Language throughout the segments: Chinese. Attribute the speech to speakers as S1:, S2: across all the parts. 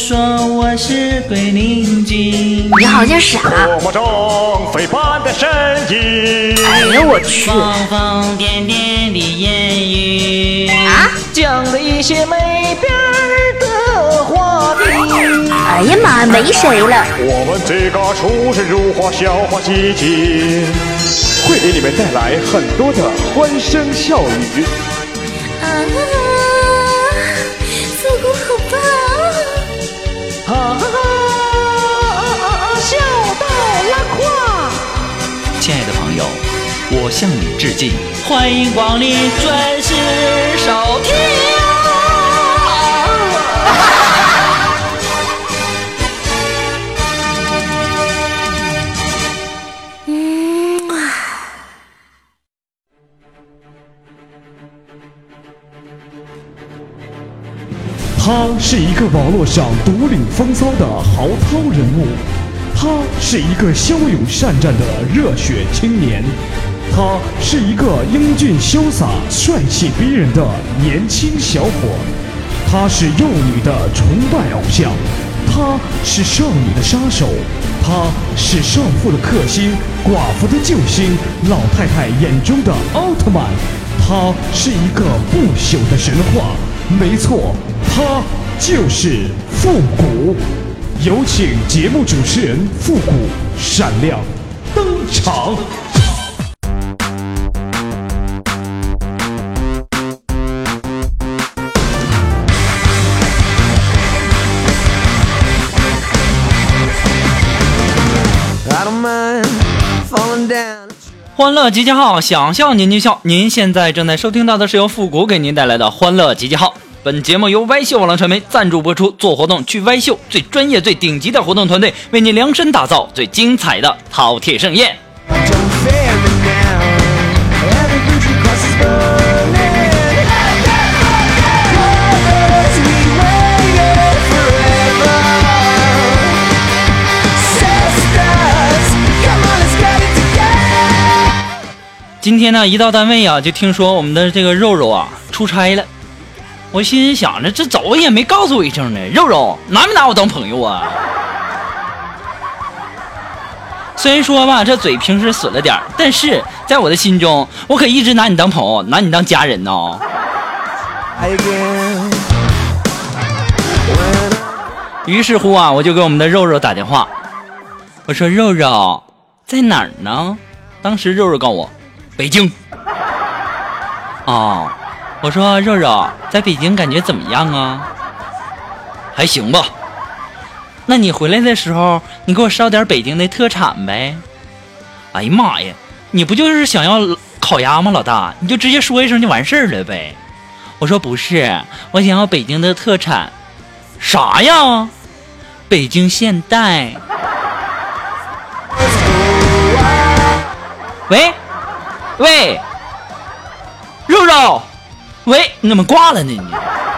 S1: 说我是鬼灵精。
S2: 你好像傻。
S3: 多么中非般的声音。
S2: 哎呀我去！
S1: 疯疯癫癫的言语
S2: 啊，
S1: 讲了一些没边儿的话题。
S2: 哎呀妈，没谁了。
S3: 我们这个出神入化笑话集锦，会给你们带来很多的欢声笑语。
S2: 复古好棒！
S1: 笑到拉胯。
S4: 亲爱的朋友，我向你致敬。
S1: 欢迎光临，准时收听。
S5: 他是一个网络上独领风骚的豪涛人物，他是一个骁勇善战的热血青年，他是一个英俊潇洒、帅气逼人的年轻小伙，他是幼女的崇拜偶像，他是少女的杀手，他是少妇的克星、寡妇的救星、老太太眼中的奥特曼，他是一个不朽的神话。没错，他就是复古。有请节目主持人复古闪亮登场。
S4: 欢乐集结号，想笑您就笑。您现在正在收听到的是由复古给您带来的欢乐集结号。本节目由歪秀网络传媒赞助播出，做活动去歪秀，最专业最顶级的活动团队为您量身打造最精彩的饕餮盛宴。今天呢，一到单位啊，就听说我们的这个肉肉啊出差了。我心里想着，这走也没告诉我一声呢，肉肉拿没拿我当朋友啊？虽然说吧，这嘴平时损了点，但是在我的心中，我可一直拿你当朋友，拿你当家人呢。于是乎啊，我就给我们的肉肉打电话，我说肉肉在哪儿呢？当时肉肉告诉我，北京。哦，我说肉肉在北京感觉怎么样啊？还行吧。那你回来的时候，你给我捎点北京的特产呗。哎呀妈呀，你不就是想要烤鸭吗，老大？你就直接说一声就完事儿了呗。我说不是，我想要北京的特产。啥呀？北京现代。喂喂，肉肉，喂，你怎么挂了呢你？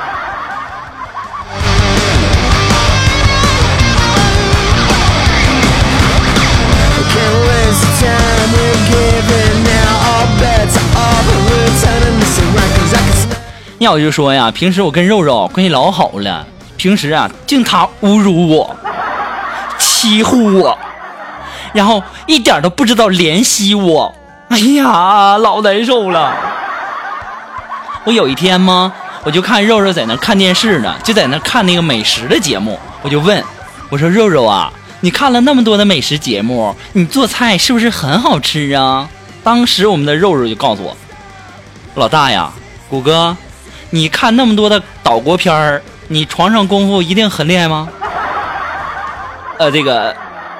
S4: 要我就说呀，平时我跟肉肉关系老好了，平时啊净他侮辱我，欺负我，然后一点都不知道怜惜我，哎呀，老难受了。我有一天嘛，我就看肉肉在那看电视呢，就在那看那个美食的节目，我就问，我说肉肉啊，你看了那么多的美食节目，你做菜是不是很好吃啊？当时我们的肉肉就告诉我，老大呀，谷哥，你看那么多的岛国片儿，你床上功夫一定很厉害吗？这个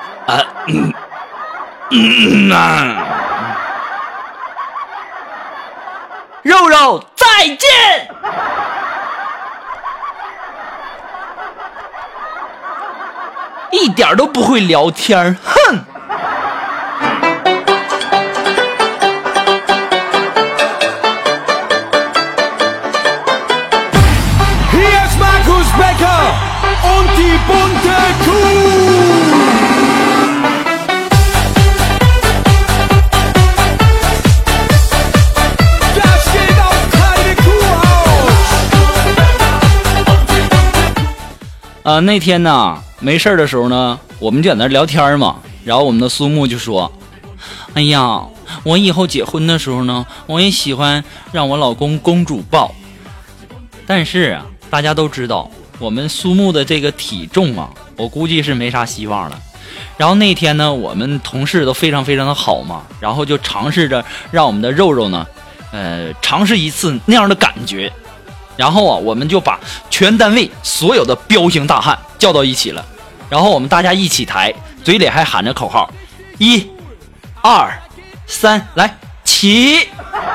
S4: 肉肉再见。一点都不会聊天，哼。 那天呢没事的时候呢，我们就在那聊天嘛，然后我们的苏木就说，哎呀，我以后结婚的时候呢，我也喜欢让我老公公主抱。但是啊，大家都知道我们苏木的这个体重啊，我估计是没啥希望了。然后那天呢，我们同事都非常非常的好嘛，然后就尝试着让我们的肉肉呢尝试一次那样的感觉。然后啊，我们就把全单位所有的彪形大汉叫到一起了，然后我们大家一起抬，嘴里还喊着口号：1、2、3，来起！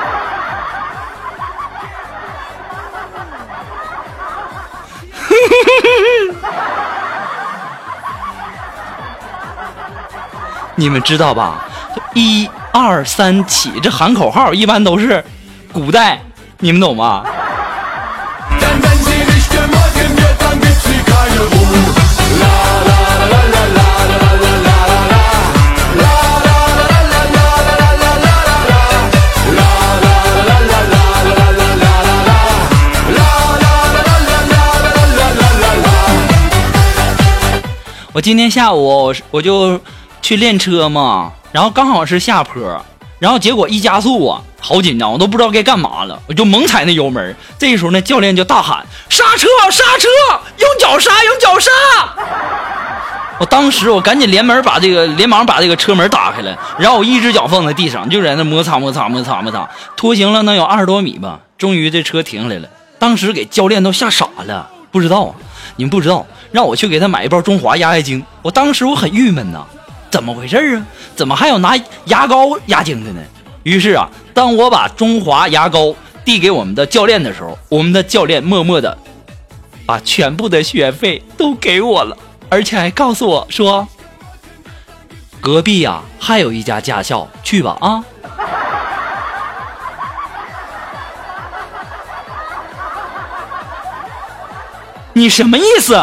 S4: 你们知道吧？1、2、3起，这喊口号一般都是古代，你们懂吗？我今天下午我就去练车嘛，然后刚好是下坡，然后结果一加速啊，好紧张，我都不知道该干嘛了，我就猛踩那油门。这时候呢，教练就大喊：刹车，刹车，用脚刹，用脚刹！我当时我赶紧连忙把这个车门打开了，然后我一只脚放在地上，就在那摩擦，拖行了能有20多米吧，终于这车停下来了。当时给教练都吓傻了，不知道啊，你们不知道，让我去给他买一包中华压压惊。我当时我很郁闷呐，怎么回事啊？怎么还有拿牙膏压惊的呢？于是啊，当我把中华牙膏递给我们的教练的时候，我们的教练默默的把全部的学费都给我了，而且还告诉我说，隔壁啊还有一家驾校，去吧啊。你什么意思？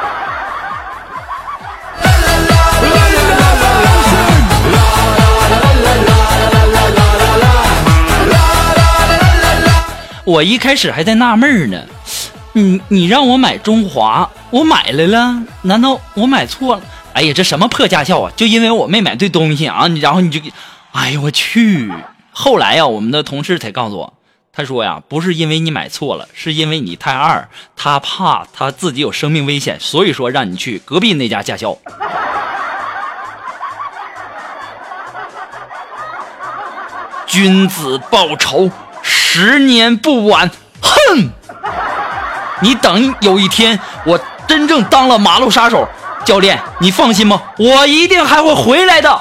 S4: 我一开始还在纳闷呢，你让我买中华，我买来了，难道我买错了？哎呀，这什么破驾校啊！就因为我没买对东西啊，然后你就，哎呦我去！后来呀，我们的同事才告诉我，他说呀，不是因为你买错了，是因为你太二，他怕他自己有生命危险，所以说让你去隔壁那家驾校。君子报仇，10年不晚。哼！你等有一天我真正当了马路杀手，教练你放心吧，我一定还会回来的。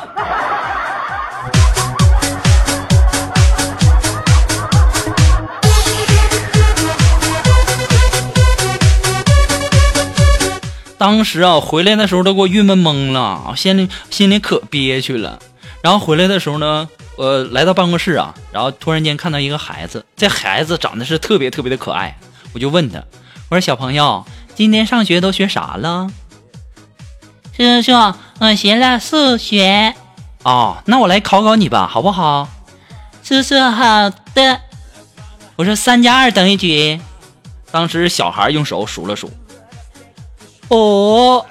S4: 当时啊，回来的时候都给我郁闷懵了，心里可憋屈了。然后回来的时候呢，来到办公室啊，然后突然间看到一个孩子，这孩子长得是特别特别的可爱，我就问他，我说小朋友，今天上学都学啥了？
S2: 叔叔，我学了数学。
S4: 哦，那我来考考你吧，好不好？
S2: 叔叔，好的。
S4: 我说3加2等于几？当时小孩用手数了数。5。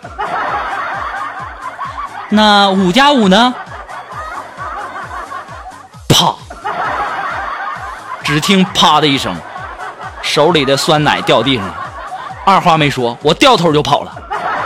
S4: 那5加5呢？啪！只听啪的一声，手里的酸奶掉地上了。二话没说，我掉头就跑了。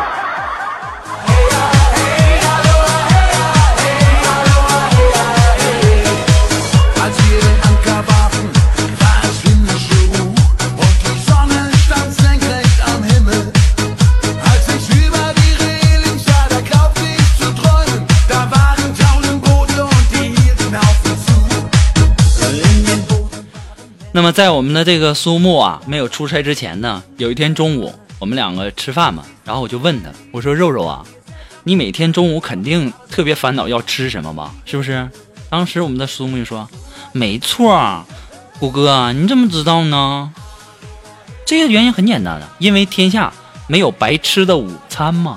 S4: 那么在我们的这个苏木啊没有出差之前呢，有一天中午我们两个吃饭嘛，然后我就问他，我说肉肉啊，你每天中午肯定特别烦恼要吃什么吧，是不是？当时我们的苏木就说，没错，谷哥你怎么知道呢？这个原因很简单的，因为天下没有白吃的午餐嘛。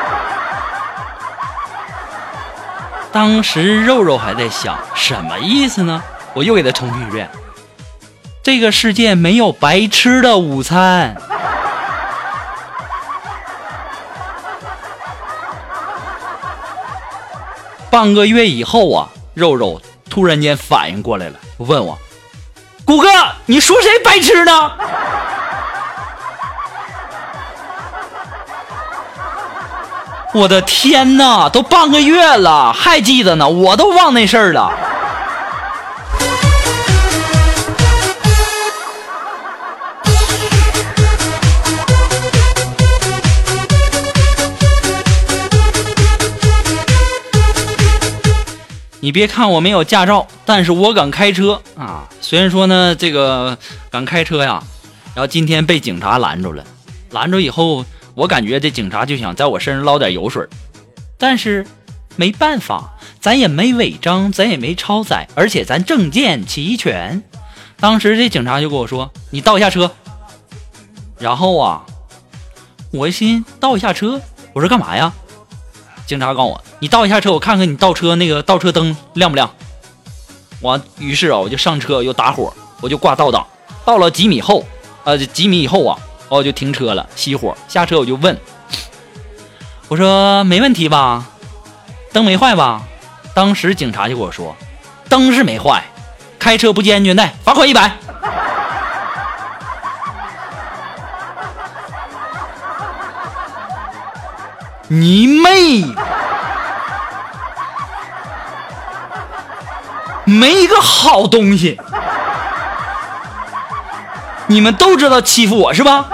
S4: 当时肉肉还在想什么意思呢，我又给他重复一遍，这个世界没有白吃的午餐。 半个月以后啊，肉肉突然间反应过来了，问我：谷哥，你说谁白痴呢？我的天哪，都半个月了，还记得呢，我都忘那事儿了。你别看我没有驾照，但是我敢开车啊！虽然说呢，这个敢开车呀，然后今天被警察拦住了，拦住以后，我感觉这警察就想在我身上捞点油水，但是没办法，咱也没违章，咱也没超载，而且咱证件齐全。当时这警察就跟我说：“你倒下车。”然后啊，我一心倒下车，我说干嘛呀？警察告诉我：“你倒一下车，我看看你倒车那个倒车灯亮不亮。”于是啊，我就上车又打火，我就挂倒档，到了几米以后啊，我就停车了，熄火，下车我就问，我说没问题吧？灯没坏吧？当时警察就跟我说，灯是没坏，开车不系安全带，罚款100。你妹！没一个好东西，你们都知道欺负我是吧？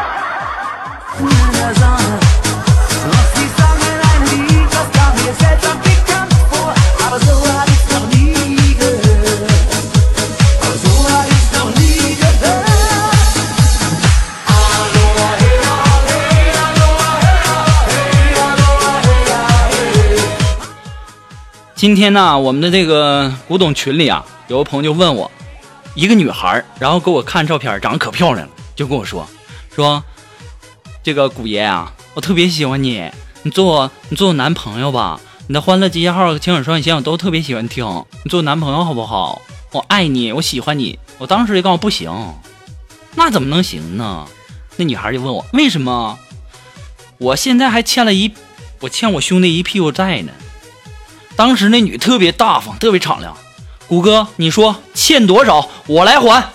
S4: 今天呢，我们的这个古董群里啊，有个朋友就问我，一个女孩，然后给我看照片，长得可漂亮了，就跟我说这个古爷啊，我特别喜欢你，你做我男朋友吧，你的欢乐集结号、情感双线我都特别喜欢听，你做我男朋友好不好？我爱你，我喜欢你。我当时就告诉我不行，那怎么能行呢？那女孩就问我为什么？我现在还欠我兄弟一屁股债呢。当时那女特别大方，特别敞亮，谷哥，你说欠多少，我来还。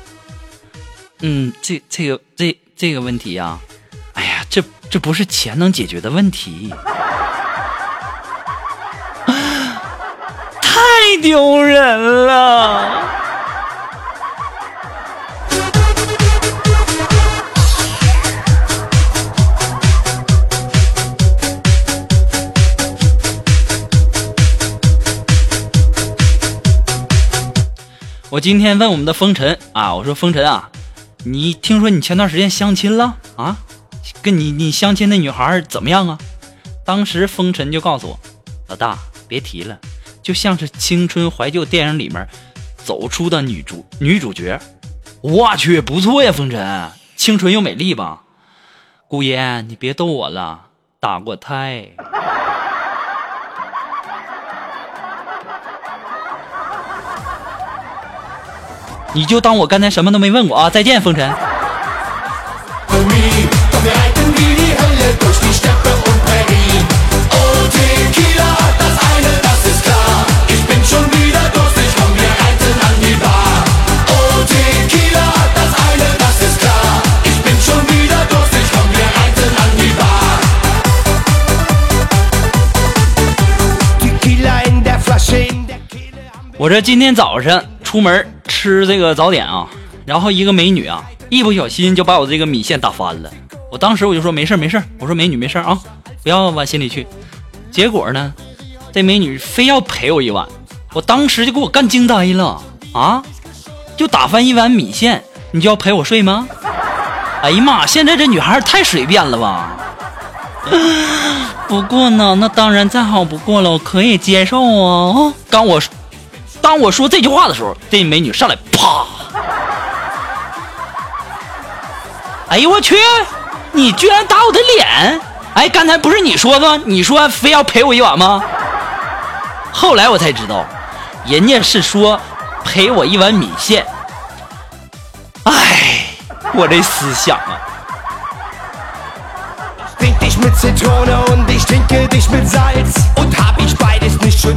S4: 这个问题呀，哎呀，这不是钱能解决的问题，太丢人了。我今天问我们的风尘啊，我说风尘啊，你听说你前段时间相亲了啊？跟你相亲的女孩怎么样啊？当时风尘就告诉我，老大别提了，就像是青春怀旧电影里面走出的女主角。我去，不错呀，风尘，清纯又美丽吧？姑爷，你别逗我了，打过胎。你就当我刚才什么都没问过啊！再见，风尘。我这今天早上出门吃这个早点啊，然后一个美女啊，一不小心就把我这个米线打翻了。我当时我就说没事，我说美女没事啊，不要往心里去。结果呢，这美女非要赔我一碗，我当时就给我干惊呆了啊！就打翻一碗米线，你就要陪我睡吗？哎呀妈，现在这女孩太随便了吧！不过呢，那当然再好不过了，我可以接受哦。当我说这句话的时候，这美女上来啪！哎呦我去，你居然打我的脸！哎，刚才不是你说吗？你说非要陪我一碗吗？后来我才知道，人家是说陪我一碗米线。哎，我这思想啊。Trink dich mit Zitrone und ich trinke dich mit Salz. Und hab ich beides nicht schön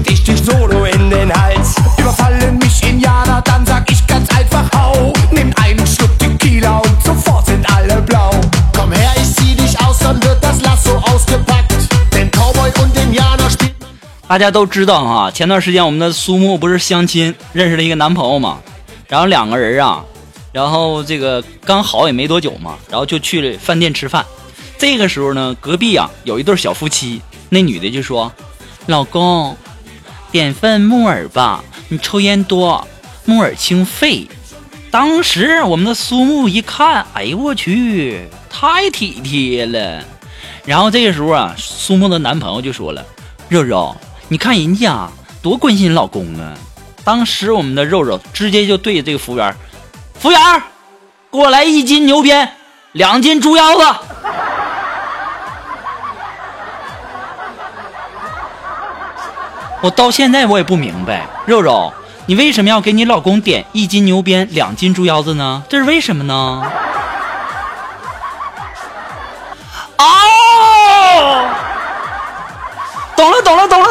S4: 大家都知道哈，前段时间我们的苏木不是相亲认识了一个男朋友嘛，然后两个人啊，然后这个刚好也没多久嘛，然后就去了饭店吃饭。这个时候呢，隔壁啊有一对小夫妻，那女的就说：“老公，点份木耳吧，你抽烟多，木耳清肺。”当时我们的苏木一看，哎呦我去，太体贴了。然后这个时候啊，苏木的男朋友就说了：“肉肉，你看人家多关心老公啊。”当时我们的肉肉直接就对这个服务员：“服务员，给我来1斤牛鞭，2斤猪腰子。”我到现在我也不明白，肉肉，你为什么要给你老公点1斤牛鞭2斤猪腰子呢？这是为什么呢？哦，懂了。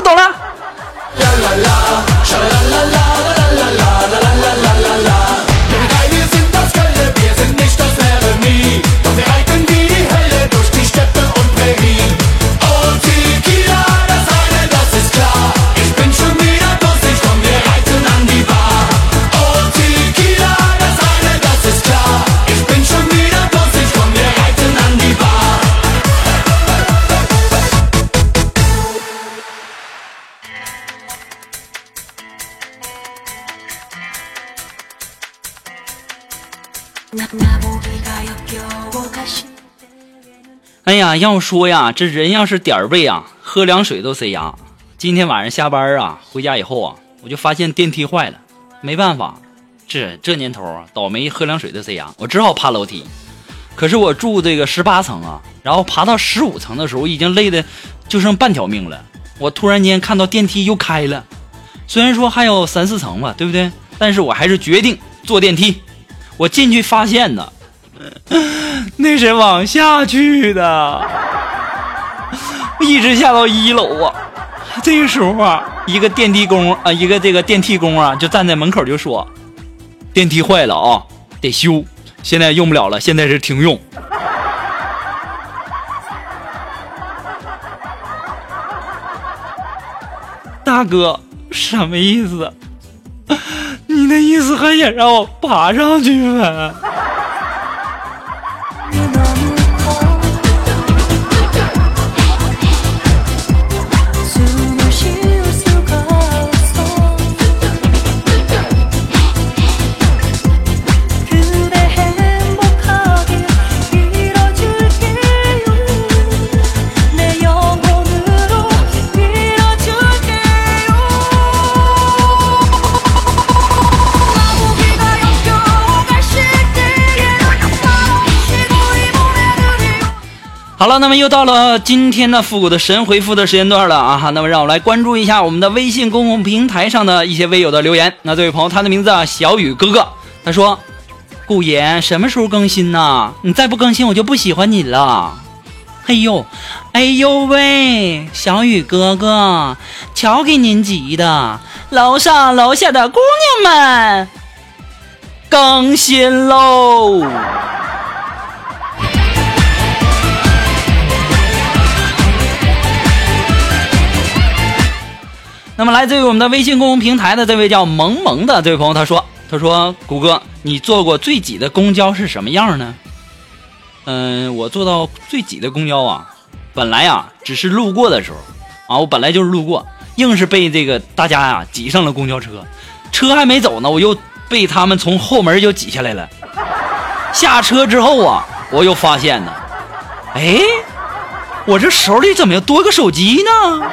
S4: 哎呀，要说呀，这人要是点儿背啊，喝凉水都塞牙。今天晚上下班啊，回家以后啊，我就发现电梯坏了，没办法，这年头啊，倒霉喝凉水都塞牙，我只好爬楼梯。可是我住这个18层啊，然后爬到15层的时候，已经累得就剩半条命了。我突然间看到电梯又开了，虽然说还有3、4层吧，对不对？但是我还是决定坐电梯。我进去发现呢，那是往下去的，一直下到1楼啊。这个时候啊，一个电梯工啊，就站在门口就说：“电梯坏了啊，得修，现在用不了了，现在是停用。”大哥，什么意思？你的意思还想让我爬上去吗？好了，那么又到了今天的复古的神回复的时间段了啊！那么让我来关注一下我们的微信公共平台上的一些微友的留言。那这位朋友，他的名字啊，小雨哥哥，他说：“顾爷什么时候更新呢？你再不更新，我就不喜欢你了。”哎呦喂，小雨哥哥，瞧给您急的，楼上楼下的姑娘们，更新喽！那么来自于我们的微信公众平台的这位叫萌萌的这位朋友，他说谷歌，你坐过最挤的公交是什么样呢？我坐到最挤的公交啊，本来啊只是路过的时候啊，我本来就是路过，硬是被这个大家啊挤上了公交车，车还没走呢，我又被他们从后门就挤下来了。下车之后啊，我又发现呢，哎，我这手里怎么又多个手机呢？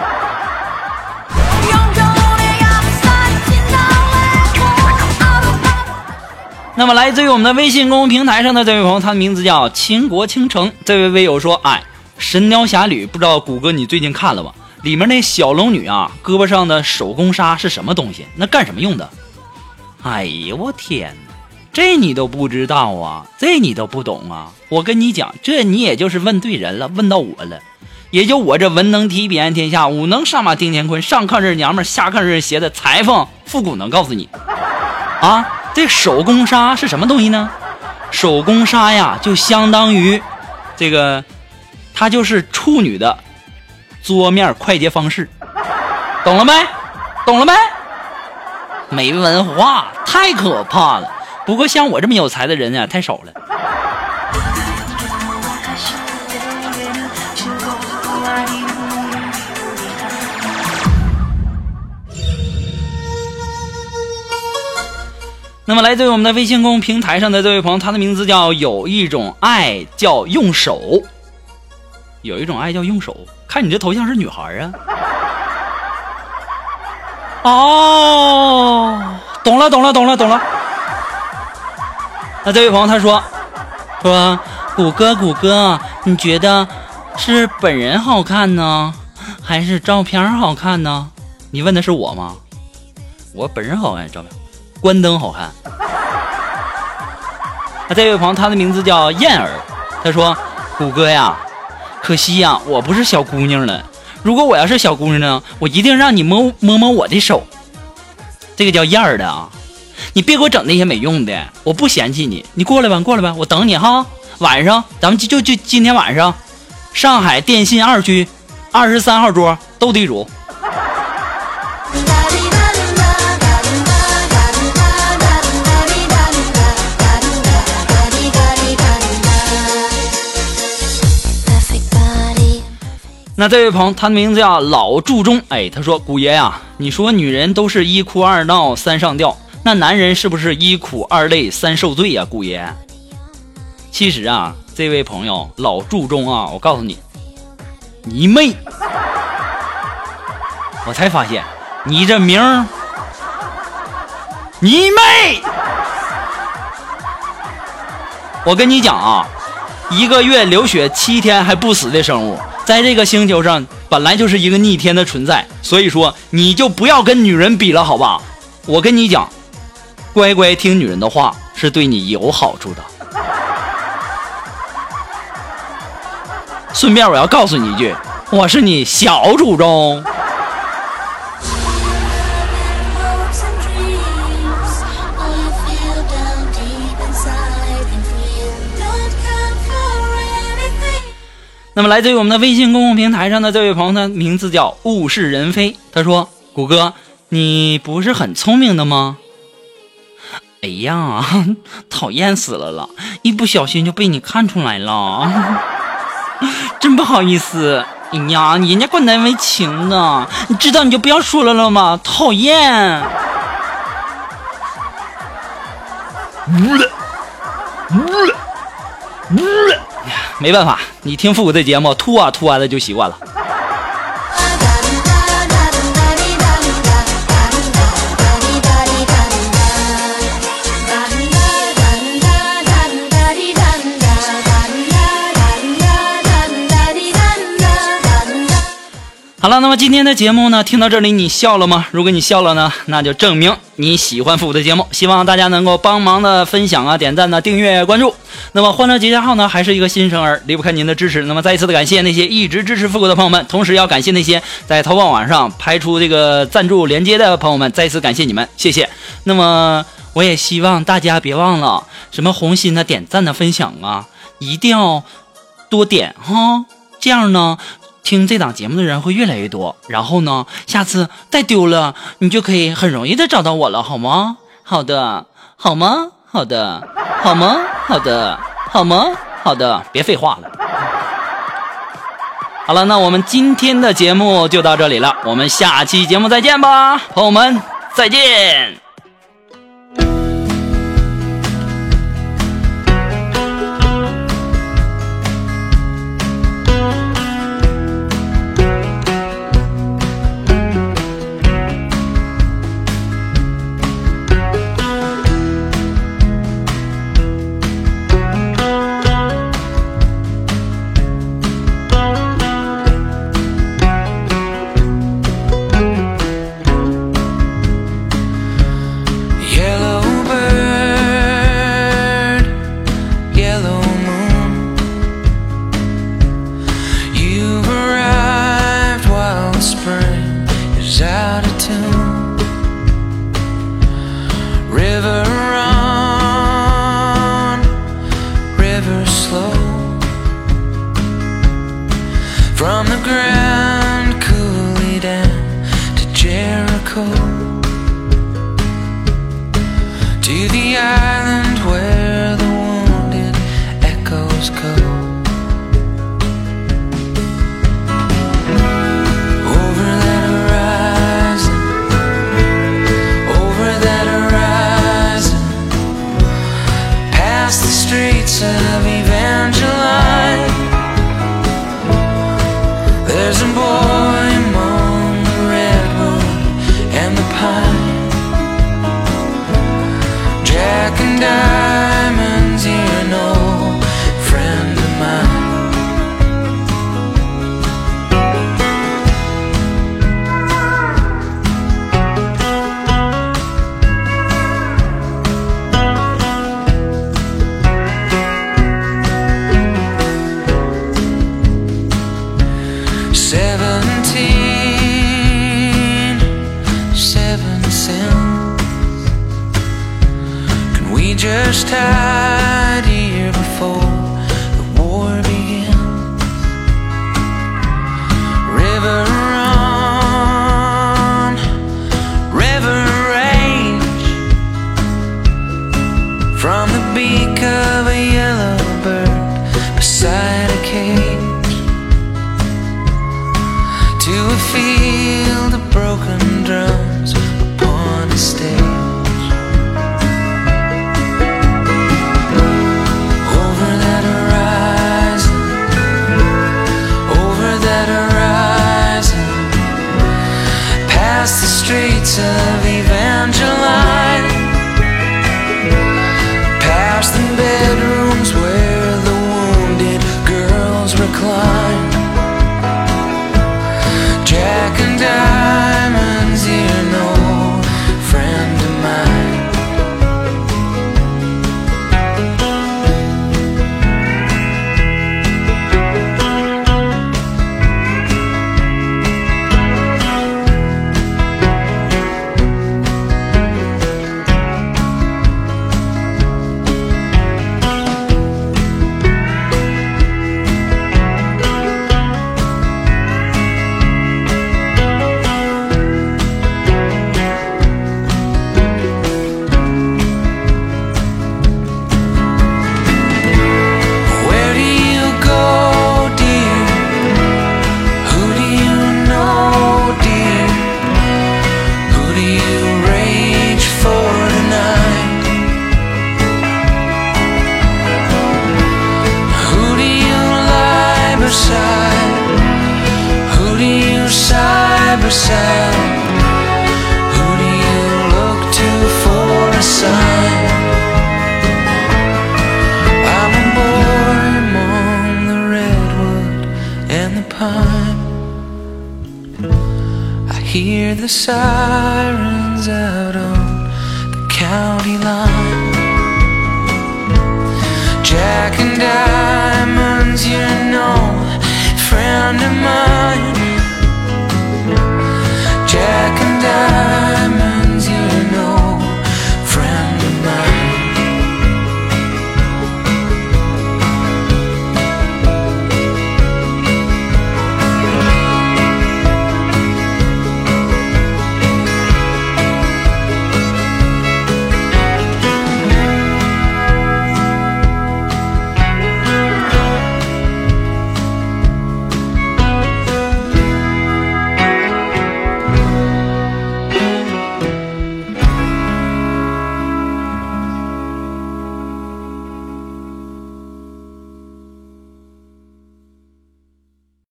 S4: 那么来自于我们的微信公众平台上的这位朋友，他的名字叫倾国倾城。这位微友说：“哎，神雕侠侣，不知道谷歌你最近看了吗？里面那小龙女啊，胳膊上的手工纱是什么东西？那干什么用的？”哎呦我天哪，这你都不知道啊？这你都不懂啊？我跟你讲，这你也就是问对人了，问到我了。也就我这文能提笔安天下，武能上马定乾坤，上炕是娘们，下炕是鞋的裁缝复古能告诉你啊。这手工纱是什么东西呢？手工纱呀，就相当于这个，它就是处女的桌面快捷方式。 懂了没？懂了没？没文化，太可怕了。不过像我这么有才的人啊，太少了。那么来自于我们的微信公众平台上的这位朋友，他的名字叫有一种爱叫用手。有一种爱叫用手，看你这头像是女孩啊。哦，懂了。那这位朋友他说谷歌，你觉得是本人好看呢，还是照片好看呢？你问的是我吗？我本人好看，照片关灯好看。那这位朋友他的名字叫燕儿，他说谷歌呀，可惜呀，我不是小姑娘了。如果我要是小姑娘呢，我一定让你摸我的手。这个叫燕儿的啊，你别给我整那些没用的，我不嫌弃你，你过来吧，我等你哈。晚上咱们就今天晚上，上海电信2区23号桌斗地主。那这位朋友他的名字叫老注中，他说古爷呀，你说女人都是1哭2闹3上吊，那男人是不是1苦2累3受罪呀？古爷，其实啊，这位朋友老注中啊，我告诉你，你妹！我才发现你这名儿，你妹！我跟你讲啊，1个月流血7天还不死的生物，在这个星球上本来就是一个逆天的存在，所以说你就不要跟女人比了，好吧？我跟你讲，乖乖听女人的话是对你有好处的。顺便我要告诉你一句，我是你小祖宗。那么来自于我们的微信公共平台上的这位朋友呢，名字叫物是人非，他说谷歌，你不是很聪明的吗？哎呀，讨厌死了，一不小心就被你看出来了。真不好意思。哎呀，人家管难为情的，你知道你就不要说了吗？讨厌。没办法，你听复古的节目吐啊的就习惯了。好了，那么今天的节目呢，听到这里你笑了吗？如果你笑了呢，那就证明你喜欢复古的节目，希望大家能够帮忙的分享啊、点赞的、订阅、关注。那么欢乐集结号呢，还是一个新生儿，离不开您的支持。那么再一次的感谢那些一直支持复古的朋友们，同时要感谢那些在淘宝网上拍出这个赞助连接的朋友们，再一次感谢你们，谢谢。那么我也希望大家别忘了什么红心的、点赞的、分享啊，一定要多点哈，这样呢听这档节目的人会越来越多，然后呢下次再丢了你就可以很容易的找到我了，好吗？好的，好吗？好的，好吗？好的，好吗？好的，别废话了。好了，那我们今天的节目就到这里了，我们下期节目再见吧，朋友们再见。
S6: just died here before the war began. River run, river rage, from the beak of a yellow bird beside a cage to a field of broken drums upon a stage. Past the streets of Evangeline, past the bedrooms where the wounded girls recline. Jack and diamonds, you're no friend of mine. Who do you side by side? Who do you look to for a sign? I'm a boy among the redwood and the pine. I hear the sirens out on the county line. Jack and diamonds, you know, friend of mine.